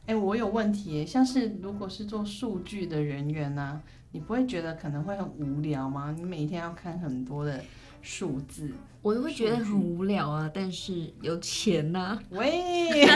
我有问题耶，像是如果是做数据的人员啊，你不会觉得可能会很无聊吗？你每天要看很多的数字， 我会觉得很无聊啊，但是有钱呐、 喂，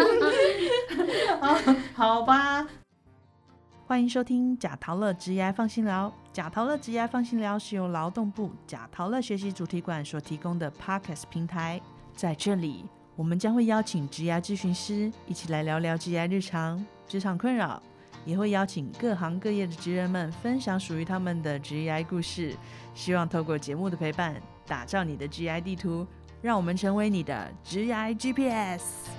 好吧。欢迎收听贾陶乐职涯放心聊。贾陶乐职涯放心聊是由劳动部贾陶乐学习主题馆所提供的 Podcast 平台，在这里我们将会邀请职涯咨询师一起来聊聊职涯日常、职场困扰，也会邀请各行各业的职人们分享属于他们的职涯故事。希望透过节目的陪伴，打造你的职涯地图，让我们成为你的职涯 GPS。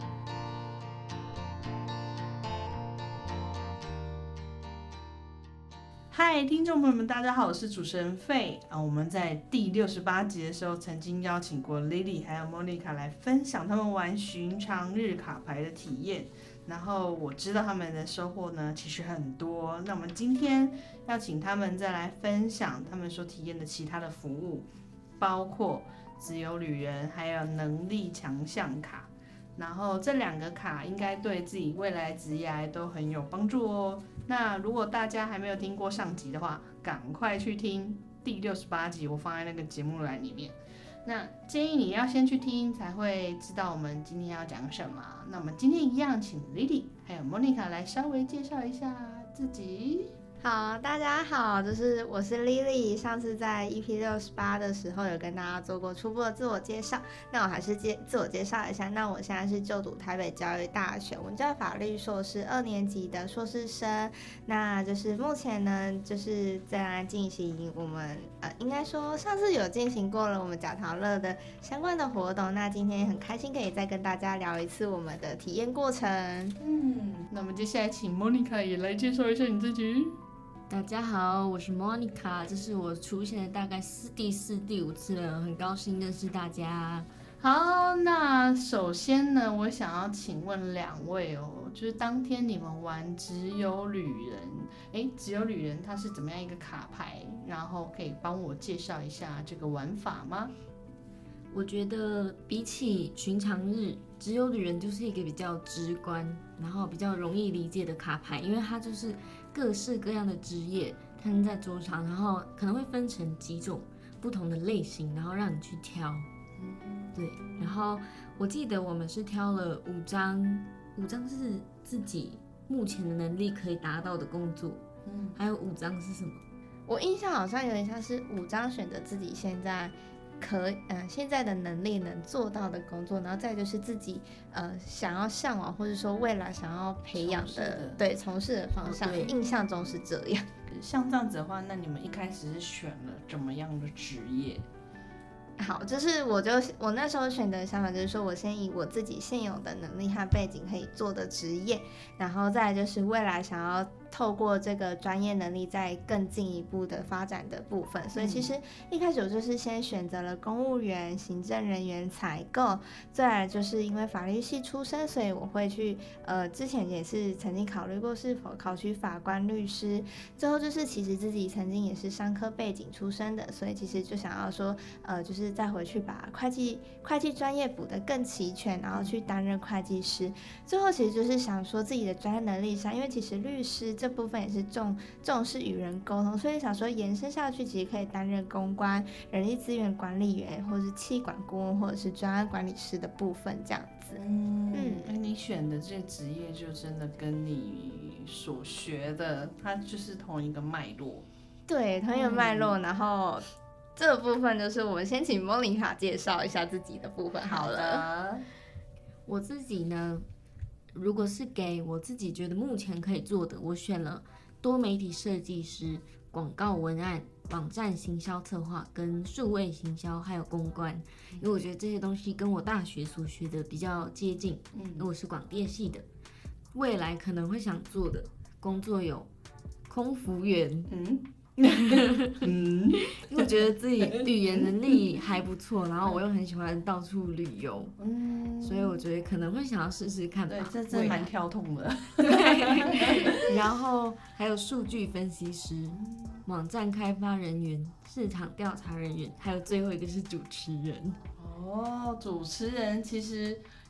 嗨，听众朋友们，大家好，我是主持人费啊。我们在第68集的时候，曾经邀请过 Lily 还有 Monica 来分享他们玩寻常日卡牌的体验。然后我知道他们的收获呢，其实很多。那我们今天要请他们再来分享他们所体验的其他的服务，包括自由旅人，还有能力强项卡。然后这2个卡应该对自己未来职业都很有帮助哦。那如果大家还没有听过上集的话，赶快去听第68集，我放在那个节目栏里面。那建议你要先去听，才会知道我们今天要讲什么。那我们今天一样，请 Lily 还有 Monica 来稍微介绍一下自己。 好，大家好，我是 Lily。上次在 EP68的时候有跟大家做过初步的自我介绍，那我还是自我介绍一下。那我现在是就读台北教育大学文教法律硕士2年级的硕士生。那就是目前呢，就是在进行我们应该说上次有进行过了我们贾陶乐的相关的活动。那今天很开心可以再跟大家聊一次我们的体验过程。 那我们接下来请 Monica 也来介绍一下你自己。 大家好，我是 Monica， 这是我出现的大概第4、第5次了，很高兴认识大家。 好，那首先呢，我想要请问2位哦，就是当天你们玩只有旅人，只有旅人它是怎么样一个卡牌？然后可以帮我介绍一下这个玩法吗？ 我觉得比起寻常日，只有旅人就是一个比较直观，然后比较容易理解的卡牌，因为它就是各式各样的职业摊在桌上，然后可能会分成几种不同的类型，然后让你去挑。对，然后我记得我们是挑了5张，5张是自己目前的能力可以达到的工作，还有5张是什么？ 我印象好像有点像是5张选择自己现在的能力能做到的工作，然后再就是自己想要向往或者说未来想要培养的从事的方向，印象中是这样。 像这样子的话，那你们一开始是选了怎么样的职业？ 好，就是我那时候选择的想法就是说，我先以我自己现有的能力和背景可以做的职业，然后再来就是未来想要透过这个专业能力再更进一步的发展的部分。所以其实一开始我就是先选择了公务员、行政人员、采购，再来就是因为法律系出身，所以我会去之前也是曾经考虑过是否考取法官、律师。最后就是其实自己曾经也是商科背景出身的，所以其实就想要说就是再回去把会计专业补得更齐全，然后去担任会计师。最后其实就是想说自己的专业能力上，因为其实律师这部分也是重视与人沟通，所以想说延伸下去，其实可以担任公关、人力资源管理员，或是企管顾问，或者是专案管理师的部分这样子。 你选的这个职业就真的跟你所学的，它就是同一个脉络。 对，同一个脉络，然后这个部分就是我们先请莫妮卡介绍一下自己的部分好了。 我自己呢，如果是给我自己觉得目前可以做的，我选了多媒体设计师、广告文案、网站行销策划跟数位行销还有公关，因为我觉得这些东西跟我大学所学的比较接近，因为我是广电系的。未来可能会想做的工作有空服员，因为我觉得自己语言能力还不错，然后我又很喜欢到处旅游，所以我觉得可能会想要试试看吧。 对，这真蛮跳痛的。 对，然后还有数据分析师、网站开发人员、市场调查人员，还有最后一个是主持人。 主持人其实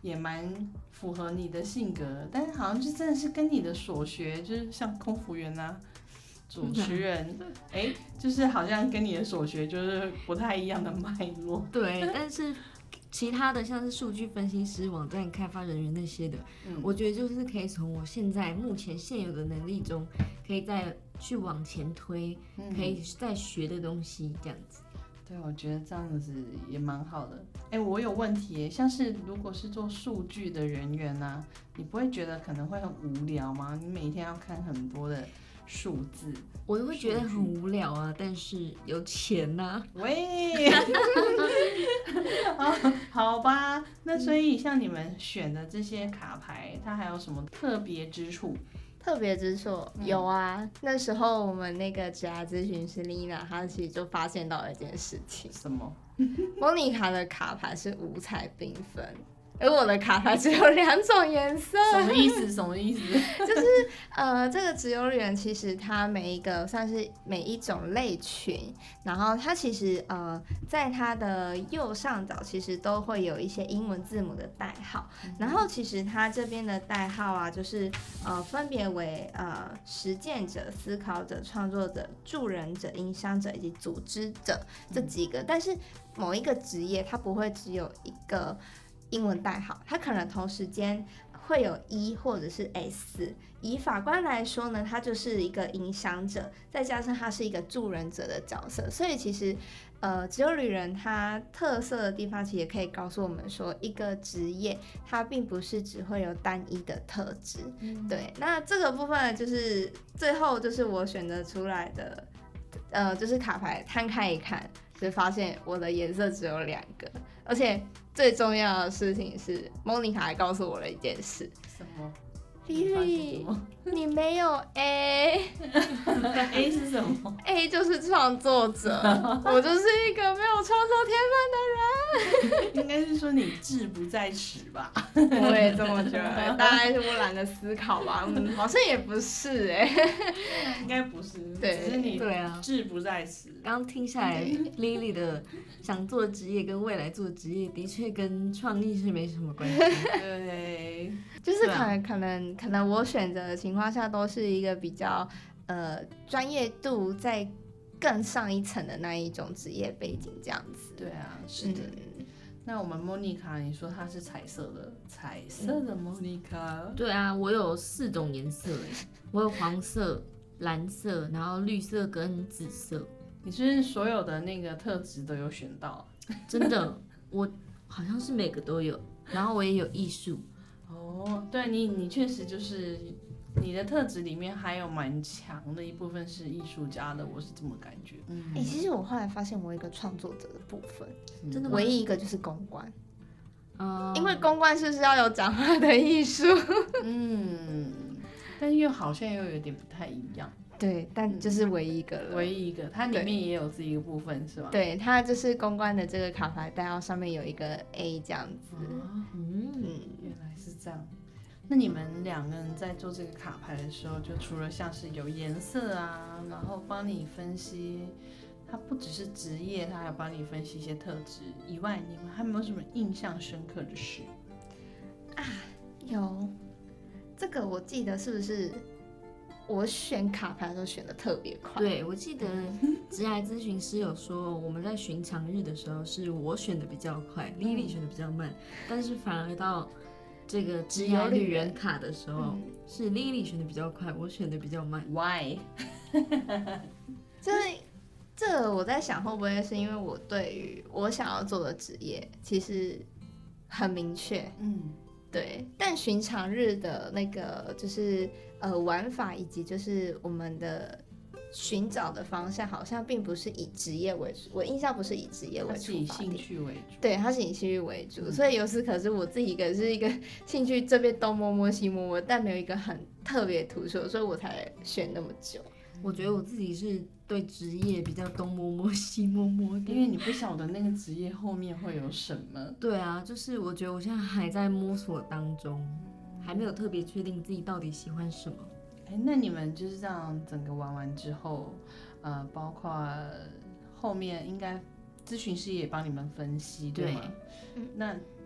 也蛮符合你的性格，但是好像就真的是跟你的所学，就是像空服员啊、主持人，就是好像跟你的所学就是不太一样的脉络。 对，但是其他的像是数据分析师、网站开发人员那些的，我觉得就是可以从我目前现有的能力中，可以再去往前推，可以再学的东西这样子。 对，我觉得这样子也蛮好的。我有问题耶，像是如果是做数据的人员啊，你不会觉得可能会很无聊吗？你每天要看很多的数字， 我会觉得很无聊啊，但是有钱呐、 喂，好吧，那所以像你们选的这些卡牌，它还有什么特别之处？ 特别之处有啊，那时候我们那个职涯咨询师丽娜，她其实就发现到了一件事情， 什么？ 莫妮卡的卡牌是五彩缤纷，而我的卡牌只有2种颜色。 什么意思？什么意思？ 就是这个直邮旅人其实它每一个算是每一种类群，然后它其实在它的右上角其实都会有一些英文字母的代号，然后其实它这边的代号啊，就是分别为实践者、思考者、创作者、助人者、影响者以及组织者这几个，但是某一个职业它不会只有一个英文代号，它可能同时间会有 E 或者是 S。以法官来说呢，他就是一个影响者，再加上他是一个助人者的角色，所以其实直邮旅人他特色的地方，其实也可以告诉我们说，一个职业它并不是只会有单一的特质。对，那这个部分就是最后就是我选择出来的，就是卡牌摊开一看，就发现我的颜色只有2个，而且最重要的事情是，莫妮卡还告诉我了一件事。 什么？ 莉莉，你没有 A ？A 是什么 ？A 就是创作者，我就是一个没有创作天分的人。 应该是说你志不在此吧？ 我也这么觉得，大概是我懒得思考吧。好像也不是应该不是， 对只是你对啊志不在此。 刚听下来，Lily 的想做的职业跟未来做的职业的确跟创意是没什么关系。 对， 就是可能我选择的情况下都是一个比较专业度在更上一层的那一种职业背景这样子。 对啊，是的。那我们莫妮卡，你说它是彩色的莫妮卡？ 对啊，我有4种颜色诶，我有黄色、蓝色，然后绿色跟紫色。 你是不是所有的那个特质都有选到？ 真的，我好像是每个都有，然后我也有艺术。 哦，对你确实就是你的特质里面还有蛮强的一部分是艺术家的，我是这么感觉。 其实我后来发现我有一个创作者的部分， 真的吗？ 唯一一个就是公关。因为公关是不是要有讲话的艺术？ 但又好像又有点不太一样。 对，但就是唯一一个了。 唯一一个，它里面也有这一个部分是吗？ 对，它就是公关的这个卡牌代号上面有一个 A 这样子。 原来是这样。那你们2个人在做这个卡牌的时候，就除了像是有颜色啊，然后帮你分析，它不只是职业，它还有帮你分析一些特质以外，你们还有没有什么印象深刻的事？ 有，这个我记得是不是我选卡牌的时候选的特别快？ 对，我记得职涯咨询师有说，我们在寻常日的时候是我选的比较快，Lily 选的比较慢，但是反而到这个职涯旅人卡的时候，是 Lily 选的比较快，我选的比较慢。 Why？ 就是这个我在想，会不会是因为我对于我想要做的职业其实很明确，对，但寻常日的那个就是玩法以及就是我们的寻找的方向好像并不是以职业为主，我印象不是以职业为出发点， 它是以兴趣为主。 对，它是以兴趣为主，所以有时可是我自己一个是一个兴趣这边东摸摸西摸摸，但没有一个很特别突出，所以我才选那么久。 我觉得我自己是对职业比较东摸摸西摸摸的， 因为你不晓得那个职业后面会有什么。 对啊，就是我觉得我现在还在摸索当中，还没有特别确定自己到底喜欢什么。 那你们就是这样整个玩完之后，包括后面应该咨询师也帮你们分析，对吗？那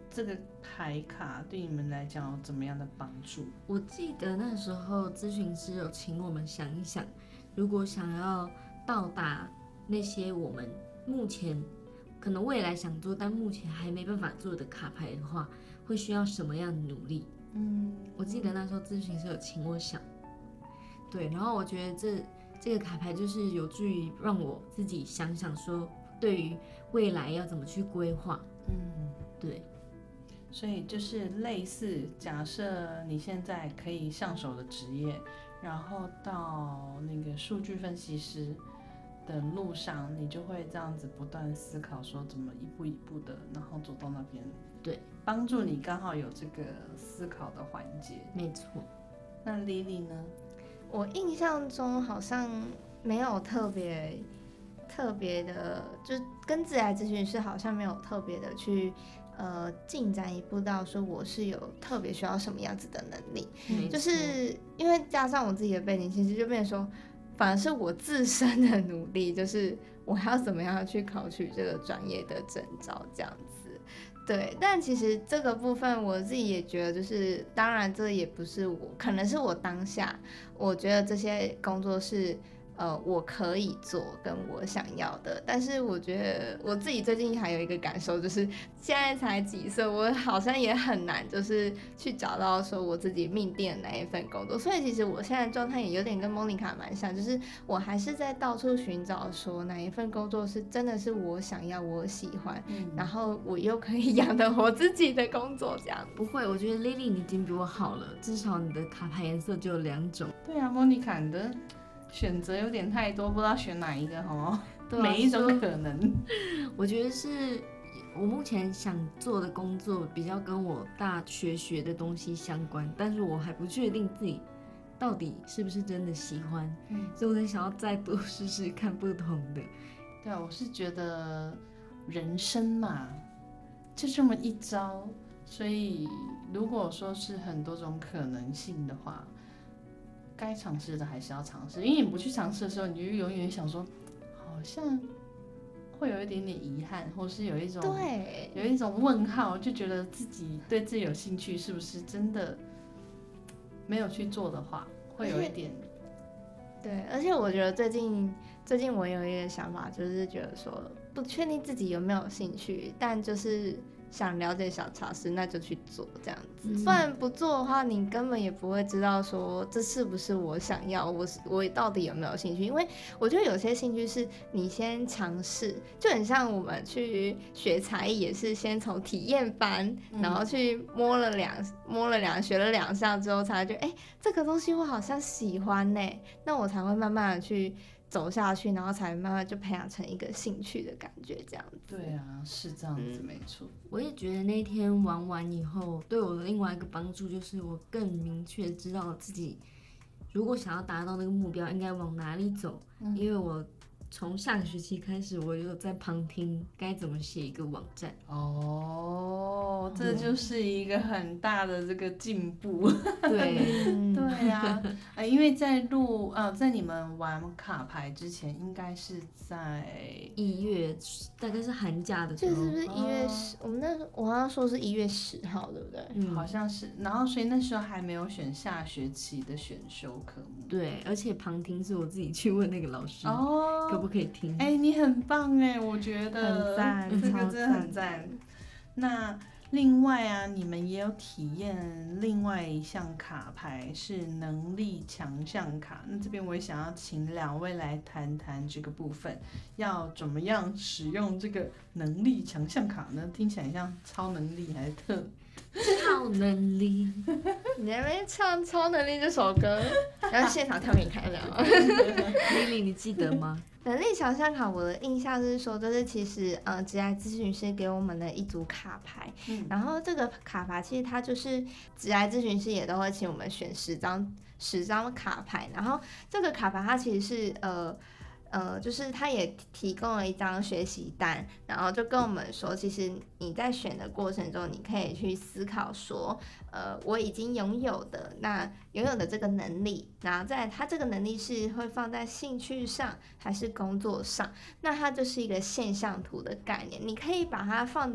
这个牌卡对你们来讲有怎么样的帮助？ 我记得那时候咨询师有请我们想一想，如果想要到达那些我们目前可能未来想做但目前还没办法做的卡牌的话，会需要什么样的努力？我记得那时候咨询师有请我想，对，然后我觉得这个卡牌就是有助于让我自己想想说，对于未来要怎么去规划。对。 所以就是类似，假设你现在可以上手的职业，然后到那个数据分析师的路上，你就会这样子不断思考，说怎么一步一步的，然后走到那边。 对， 帮助你刚好有这个思考的环节。 没错。 那 Lily 呢？ 我印象中好像没有特别的，就跟自来咨询师好像没有特别的去进展一步到说我是有特别需要什么样子的能力，就是因为加上我自己的背景，其实就变成说，反而是我自身的努力，就是我要怎么样去考取这个专业的证照这样子。对，但其实这个部分我自己也觉得，就是当然这也不是我，可能是我当下我觉得这些工作是我可以做跟我想要的，但是我觉得我自己最近还有一个感受，就是现在才几岁，我好像也很难就是去找到说我自己命定的哪一份工作，所以其实我现在的状态也有点跟莫妮卡蛮像，就是我还是在到处寻找说哪一份工作是真的是我想要我喜欢，然后我又可以养得活自己的工作这样。 不会，我觉得 Lily 你已经比我好了，至少你的卡牌颜色就有2种。 对啊，莫妮卡你的选择有点太多，不知道选哪一个好对啊， 每一种可能。 我觉得是我目前想做的工作比较跟我大学学的东西相关，但是我还不确定自己到底是不是真的喜欢，所以我在想要再多试试看不同的。 对啊，我是觉得人生嘛，就这么一招，所以如果说是很多种可能性的话，该尝试的还是要尝试，因为你不去尝试的时候，你就永远想说，好像会有一点点遗憾，或是有一种问号，就觉得自己对自己有兴趣，是不是真的没有去做的话，会有一点。 对，而且我觉得最近我有一个想法，就是觉得说不确定自己有没有兴趣，但就是想了解想尝试，那就去做这样子。不然不做的话，你根本也不会知道说这是不是我想要，我到底有没有兴趣。因为我觉得有些兴趣是你先尝试，就很像我们去学才艺，也是先从体验班，然后去摸了两学了2下之后，才会觉得这个东西我好像喜欢呢，那我才会慢慢的去走下去，然后才慢慢就培养成一个兴趣的感觉，这样子。 对啊，是这样子，没错。 我也觉得那天玩完以后，对我的另外一个帮助就是我更明确知道自己如果想要达到那个目标，应该往哪里走。因为我从下个学期开始，我有在旁听该怎么写一个网站。 哦，这就是一个很大的这个进步。 对， 对啊，因为在你们玩卡牌之前，应该是在 1月，大概是寒假的时候。 这是不是1月10？我好像说是1月10号，对不对？ 好像是。然后所以那时候还没有选下学期的选修科目。 对，而且旁听是我自己去问那个老师，可不可以听？ 你很棒我觉得很赞， 这个真的很赞。那另外啊，你们也有体验另外一项卡牌是能力强项卡。那这边我也想要请2位来谈谈这个部分，要怎么样使用这个能力强项卡呢？听起来像超能力还是超能力？ 你在那边唱《超能力》这首歌，然后现场跳给你看，这样吗 ？Lily，你记得吗？ 能力强项卡，我的印象是说，就是其实职涯咨询师给我们的一组卡牌，然后这个卡牌其实它就是职涯咨询师也都会请我们选10张卡牌，然后这个卡牌它其实是就是他也提供了一张学习单，然后就跟我们说，其实你在选的过程中，你可以去思考说，我已经拥有的这个能力，然后再它这个能力是会放在兴趣上还是工作上，那它就是一个现象图的概念，你可以把它放的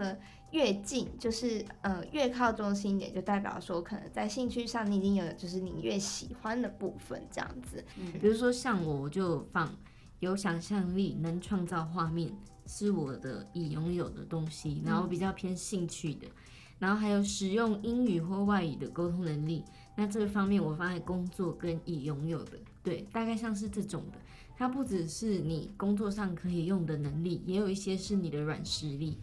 越近，就是越靠中心一点，就代表说可能在兴趣上你已经有就是你越喜欢的部分这样子。 比如说像我就放有想象力，能创造画面，是我的已拥有的东西，然后比较偏兴趣的。然后还有使用英语或外语的沟通能力，那这个方面我放在工作跟已拥有的，对，大概像是这种的。它不只是你工作上可以用的能力，也有一些是你的软实力。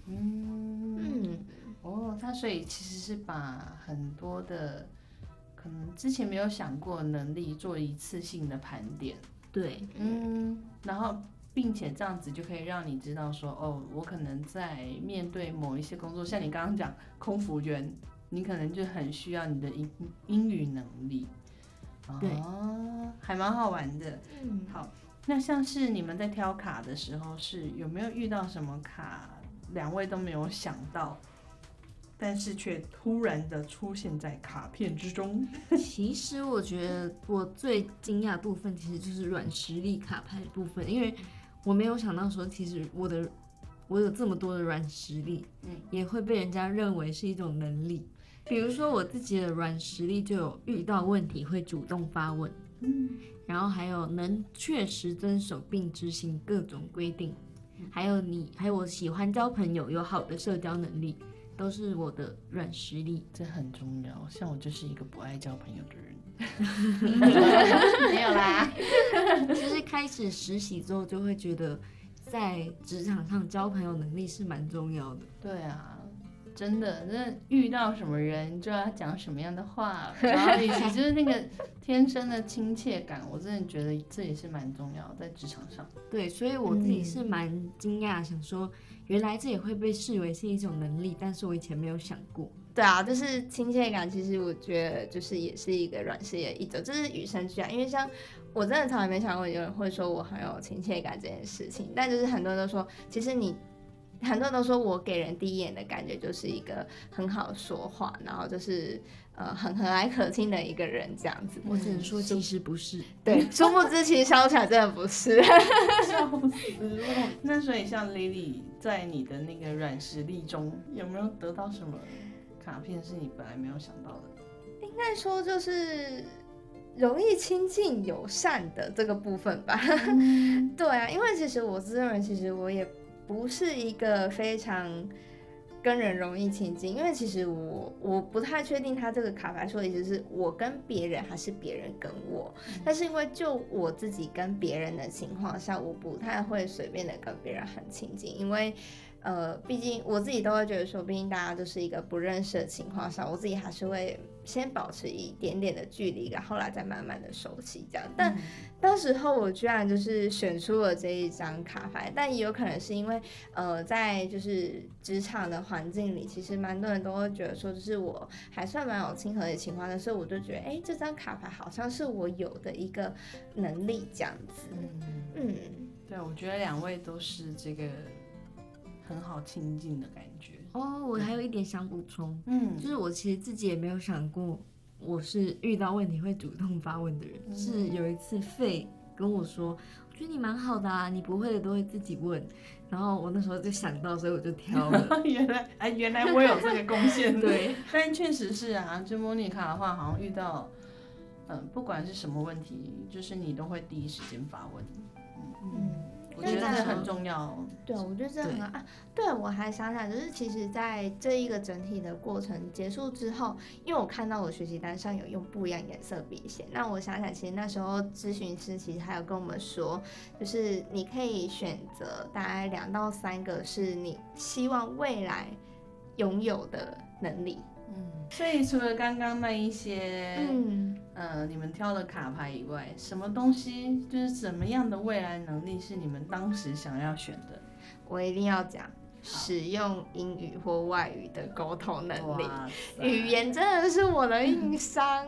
它所以其实是把很多的可能之前没有想过的能力做一次性的盘点。 对， 然后并且这样子就可以让你知道说，哦，我可能在面对某一些工作，像你刚刚讲空服员，你可能就很需要你的英语能力。 对， 还蛮好玩的。好，那像是你们在挑卡的时候，是有没有遇到什么卡，两位都没有想到，但是却突然的出现在卡片之中？ 其实我觉得我最惊讶的部分，其实就是软实力卡牌的部分，因为我没有想到说，其实我有这么多的软实力，也会被人家认为是一种能力。比如说我自己的软实力就有遇到问题会主动发问，然后还有能确实遵守并执行各种规定，还有我喜欢交朋友，有好的社交能力，都是我的软实力。 这很重要。像我就是一个不爱交朋友的人。没有啦。 就是开始实习之后，就会觉得在职场上交朋友能力是蛮重要的。 对啊，真的，那遇到什么人就要讲什么样的话，然后以及就是那个天生的亲切感，我真的觉得这也是蛮重要的，在职场上。 对，所以我自己是蛮惊讶，想说原来这也会被视为是一种能力，但是我以前没有想过。 对啊，就是亲切感，其实我觉得就是也是一个软实力的一种，这是与生俱来。因为像我真的从来没想过有人会说我很有亲切感这件事情，但就是很多人都说，其实很多人都说我给人第一眼的感觉就是一个很好说话，然后就是很和蔼可亲的一个人这样子。 我只能说其实不是， 对，殊不知其实烧起来真的不是。 笑死我！那所以像 Lily 在你的那个软实力中，有没有得到什么卡片是你本来没有想到的？ 应该说就是容易亲近友善的这个部分吧。对啊，因为其实我自认为，其实我也不是一个非常跟人容易亲近，因为其实我不太确定他这个卡牌说的意思是我跟别人还是别人跟我，但是因为就我自己跟别人的情况下，我不太会随便的跟别人很亲近，因为毕竟我自己都会觉得说，毕竟大家都是一个不认识的情况下，我自己还是会先保持一点点的距离，然后后来再慢慢的收起这样。但当时候我居然就是选出了这一张卡牌，但也有可能是因为在就是职场的环境里，其实蛮多人都会觉得说，就是我还算蛮有亲和的情况的，所以我就觉得，这张卡牌好像是我有的一个能力这样子。 对，我觉得两位都是这个很好亲近的感觉。 我还有一点想补充，就是我其实自己也没有想过我是遇到问题会主动发问的人，是有一次费跟我说，我觉得你蛮好的啊，你不会的都会自己问，然后我那时候就想到，所以我就挑了。 原来我有这个贡献。 对， 但确实是啊，就莫妮卡的话，好像遇到不管是什么问题，就是你都会第一时间发问。我觉得这很重要。 对，我觉得这很好啊。对，我还想想，就是其实在这一个整体的过程结束之后，因为我看到我学习单上有用不一样颜色笔写，那我想想，其实那时候咨询师其实还有跟我们说，就是你可以选择大概2到3个是你希望未来拥有的能力。 所以除了刚刚那一些，你们挑的卡牌以外，什么东西就是怎么样的未来能力是你们当时想要选的？ 我一定要讲，使用英语或外语的沟通能力，语言真的是我的硬伤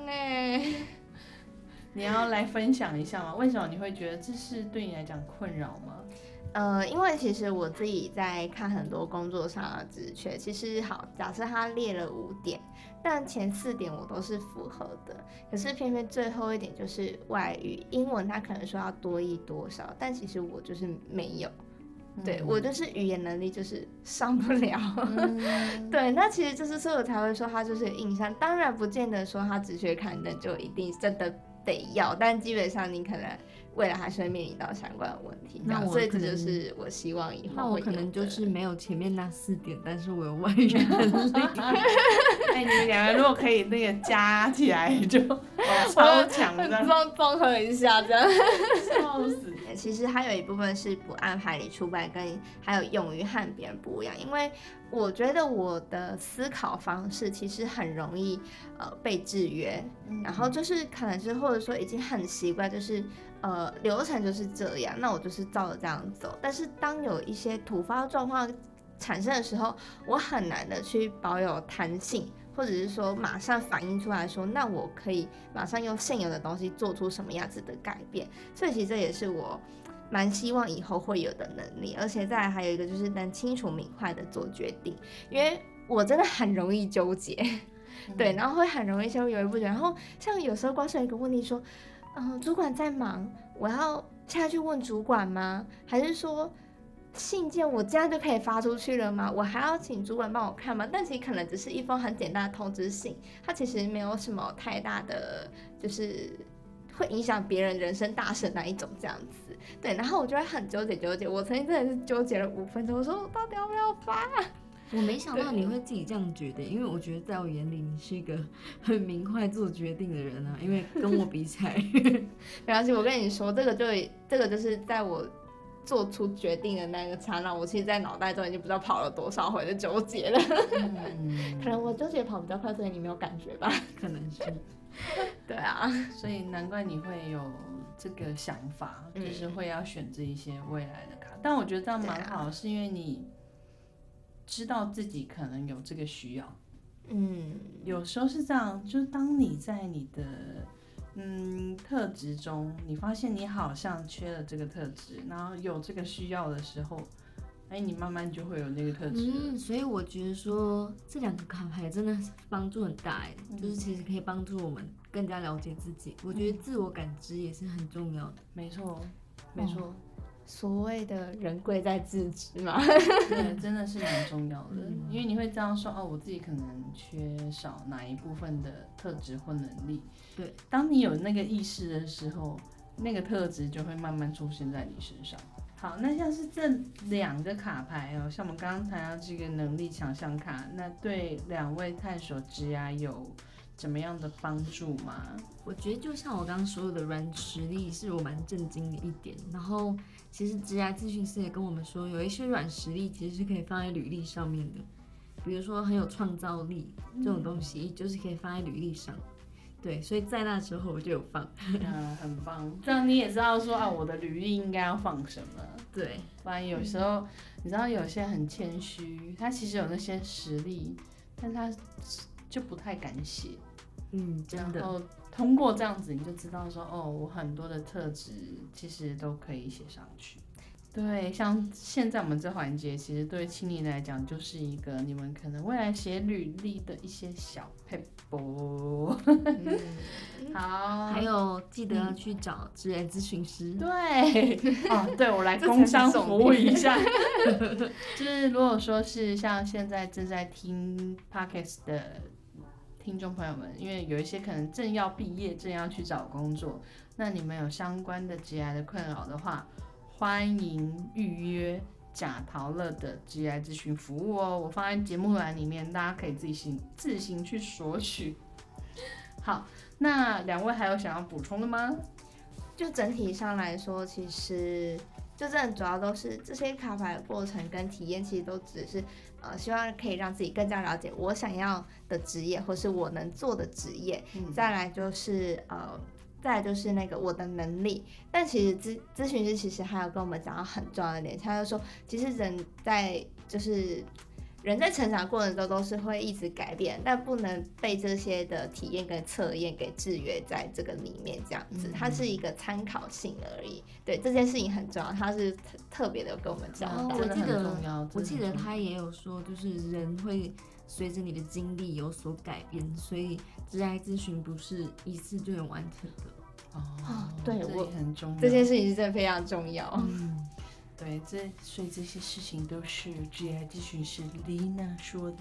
你要来分享一下吗？为什么你会觉得这是对你来讲困扰吗？ 因为其实我自己在看很多工作上的职缺，其实好，假设他列了5点，但前4点我都是符合的，可是偏偏最后1点就是外语，英文他可能说要多益多少，但其实我就是没有。 对我就是语言能力就是上不了，对，那其实就是所以我才会说他就是印象，当然不见得说他直学刊登就一定真的得要，但基本上你可能未来还是会面临到相关的问题，所以这就是我希望以后那我可能就是没有前面那4点，但是我有外语能力。 哎，你们两个如果可以那个加起来就超强的， 综合一下这样。 笑死！ 其实还有一部分是不按牌理出牌，跟还有勇于和别人不一样，因为我觉得我的思考方式其实很容易被制约，然后就是可能是或者说已经很习惯，就是流程就是这样，那我就是照着这样走。但是当有一些突发状况产生的时候，我很难的去保有弹性，或者是说马上反应出来说，那我可以马上用现有的东西做出什么样子的改变。所以其实这也是我蛮希望以后会有的能力，而且再来还有一个就是能清楚明快的做决定，因为我真的很容易纠结，对，然后会很容易陷入犹豫不决。然后像有时候光是有一个问题说，主管在忙，我要现在去问主管吗？还是说信件我这样就可以发出去了吗？我还要请主管帮我看吗？但其实可能只是一封很简单的通知信，它其实没有什么太大的，就是会影响别人人生大事那一种这样子。对，然后我就会很纠结。我曾经真的是纠结了5分钟，我说我到底要不要发？ 我没想到你会自己这样觉得，因为我觉得在我眼里你是一个很明快做决定的人啊，因为跟我比起来， 没关系，我跟你说，这个就是在我做出决定的那个刹那，我其实在脑袋中已经不知道跑了多少回的纠结了。可能我纠结跑比较快，所以你没有感觉吧？ 可能是。 对啊， 所以难怪你会有这个想法，就是会要选这一些未来的卡。但我觉得这样蛮好，是因为你知道自己可能有这个需要。有时候是这样，就是当你在你的特质中，你发现你好像缺了这个特质，然后有这个需要的时候，你慢慢就会有那个特质。 所以我觉得说这2个卡牌真的帮助很大就是其实可以帮助我们更加了解自己。我觉得自我感知也是很重要的。 没错。 所谓的人贵在自知嘛， 对，真的是蛮重要的，因为你会这样说我自己可能缺少哪一部分的特质或能力。 对， 当你有那个意识的时候，那个特质就会慢慢出现在你身上。好，那像是这2个卡牌像我们刚刚谈到这个能力强项卡，那对2位探索职涯有怎么样的帮助吗？ 我觉得就像我刚刚说的，软实力是我蛮震惊的一点。然后其实职涯咨询师也跟我们说，有一些软实力其实是可以放在履历上面的，比如说很有创造力这种东西，就是可以放在履历上。对，所以在那时候我就有放。 很棒，这样你也知道说我的履历应该要放什么。 对， 不然有时候你知道有些很谦虚，他其实有那些实力，但他就不太敢写。 真的。 然后通过这样子，你就知道说我很多的特质其实都可以写上去。对，像现在我们这环节，其实对青年来讲，就是一个你们可能未来写履历的一些小撇步。好， 还有记得要去找职业咨询师。 对，对我来工商服务一下。就是如果说是像现在正在听 Podcast 的听众朋友们，因为有一些可能正要毕业，正要去找工作，那你们有相关的职业的困扰的话，欢迎预约贾陶乐的职业咨询服务我放在节目栏里面，大家可以自行去索取。好，那2位还有想要补充的吗？ 就整体上来说，其实就真的主要都是这些卡牌的过程跟体验，其实都只是希望可以让自己更加了解我想要的职业，或是我能做的职业。再来就是那个我的能力，但其实咨询师其实还有跟我们讲到很重要的点，他就说其实人在成长过程中都是会一直改变，但不能被这些的体验跟测验给制约在这个里面，这样子，它是一个参考性而已。对，这件事情很重要，他是特别的跟我们交代。 我记得他也有说，就是人会随着你的经历有所改变，所以职业咨询不是一次就能完成的。 对， 这很重要， 这件事情是真的非常重要。 对，所以这些事情都是职业咨询师 Lina 说的，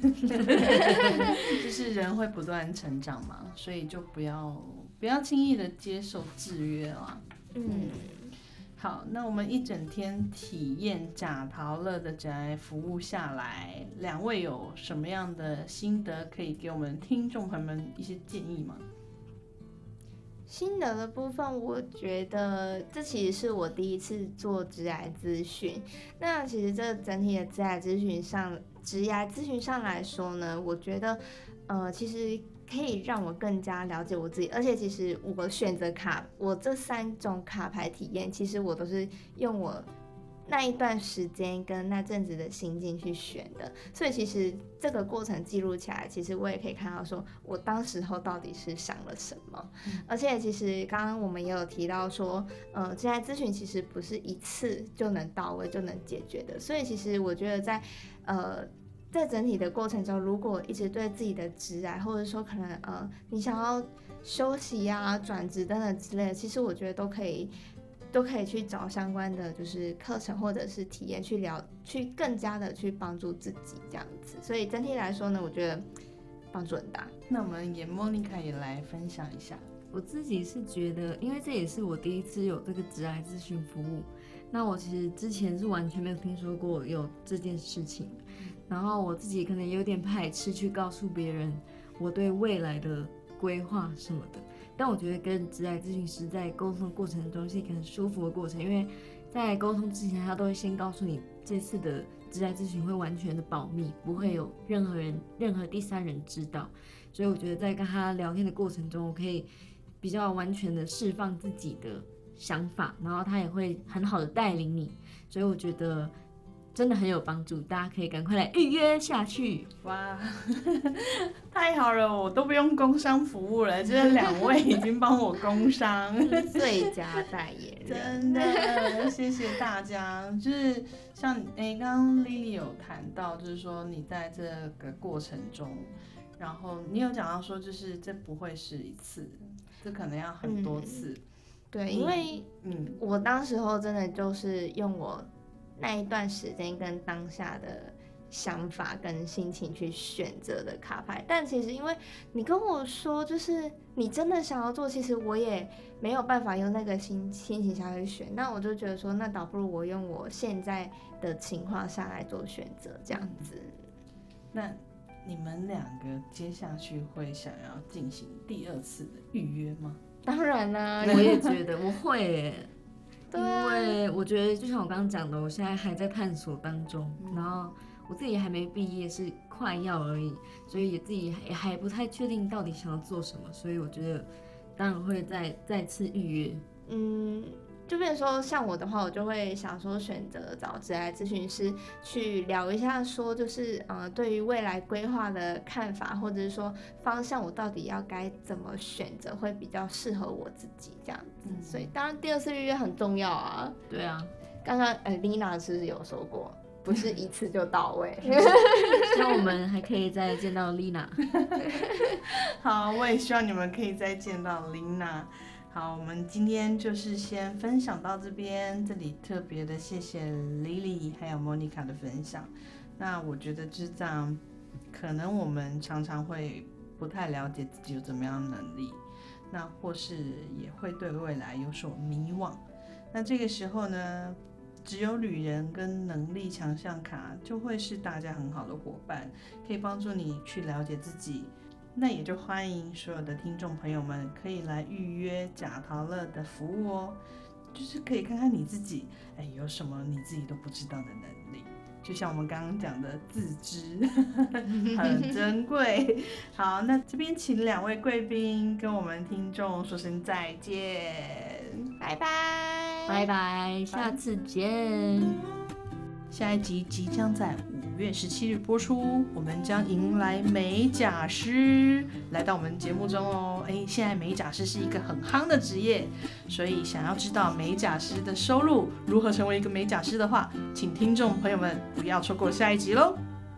就是人会不断成长嘛，所以就不要轻易的接受制约啦。好，那我们一整天体验贾陶乐的职涯服务下来，两位有什么样的心得可以给我们听众朋友们一些建议吗？ 心得的部分，我觉得这其实是我第一次做职涯咨询。那其实这整体的职涯咨询上来说呢，我觉得其实可以让我更加了解我自己，而且其实我选择我这3种卡牌体验，其实我都是用我那一段时间跟那阵子的心境去选的，所以其实这个过程记录起来，其实我也可以看到说我当时候到底是想了什么。而且其实刚刚我们也有提到说，职涯咨询其实不是一次就能到位就能解决的，所以其实我觉得在整体的过程中，如果一直对自己的职涯，或者说可能你想要休息啊、转职等等之类的，其实我觉得都可以去找相关的就是课程或者是体验去更加的去帮助自己这样子。所以整体来说呢，我觉得帮助很大。 那我们Monica 也来分享一下。 我自己是觉得，因为这也是我第一次有这个职涯咨询服务，那我其实之前是完全没有听说过有这件事情，然后我自己可能有点排斥去告诉别人我对未来的规划什么的。但我觉得跟职涯咨询师在沟通的过程中是一个很舒服的过程，因为在沟通之前，他都会先告诉你这次的职涯咨询会完全的保密，不会有任何第三人知道。所以我觉得在跟他聊天的过程中，我可以比较完全的释放自己的想法，然后他也会很好的带领你，所以我觉得真的很有帮助，大家可以赶快来预约下去。 哇，太好了，我都不用工商服务了，这2位已经帮我工商， 最佳代言人， 真的谢谢大家。就是像刚刚 Lily 有谈到，就是说你在这个过程中，然后你有讲到说，就是这不会是一次，这可能要很多次。 对，因为我当时候真的就是用我那一段时间跟当下的想法跟心情去选择的卡牌，但其实因为你跟我说就是你真的想要做，其实我也没有办法用那个心情下去选，那我就觉得说那倒不如我用我现在的情况下来做选择这样子。 那你们2个接下去会想要进行第2次的预约吗？ 当然啦， 我也觉得我会耶。 对啊， 因为我觉得就像我刚刚讲的，我现在还在探索当中，然后我自己还没毕业，是快要而已，所以自己也还不太确定到底想要做什么，所以我觉得当然会再次预约。 就变成说像我的话，我就会想说选择找职涯咨询师去聊一下，说就是对于未来规划的看法，或者是说方向，我到底要该怎么选择会比较适合我自己这样子。所以当然第2次预约很重要啊。 对啊， 刚刚Lina 是不是有说过，不是一次就到位？ 希望我们还可以再见到 Lina。 好，我也希望你们可以再见到 Lina。好，我们今天就是先分享到这边，这里特别的谢谢 Lily 还有 Monica 的分享。那我觉得就是这样，可能我们常常会不太了解自己有怎么样的能力，那或是也会对未来有所迷惘。那这个时候呢，只有旅人跟能力强项卡就会是大家很好的伙伴，可以帮助你去了解自己。那也就欢迎所有的听众朋友们可以来预约贾陶乐的服务哦，就是可以看看你自己，有什么你自己都不知道的能力，就像我们刚刚讲的自知很珍贵。好，那这边请2位贵宾跟我们听众说声再见， 拜拜， 拜拜，下次见。 下一集即将在5月17日播出，我们将迎来美甲师来到我们节目中哦。现在美甲师是一个很夯的职业，所以想要知道美甲师的收入如何成为一个美甲师的话，请听众朋友们不要错过下一集喽。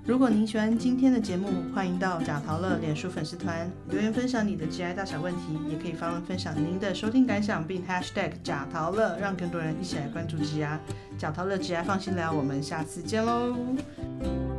如果您喜欢今天的节目，欢迎到贾陶乐脸书粉丝团留言分享你的 GI 大小问题，也可以发文分享您的收听感想，并 #贾陶乐，让更多人一起来关注 GI。贾陶乐 GI 放心聊，我们下次见喽。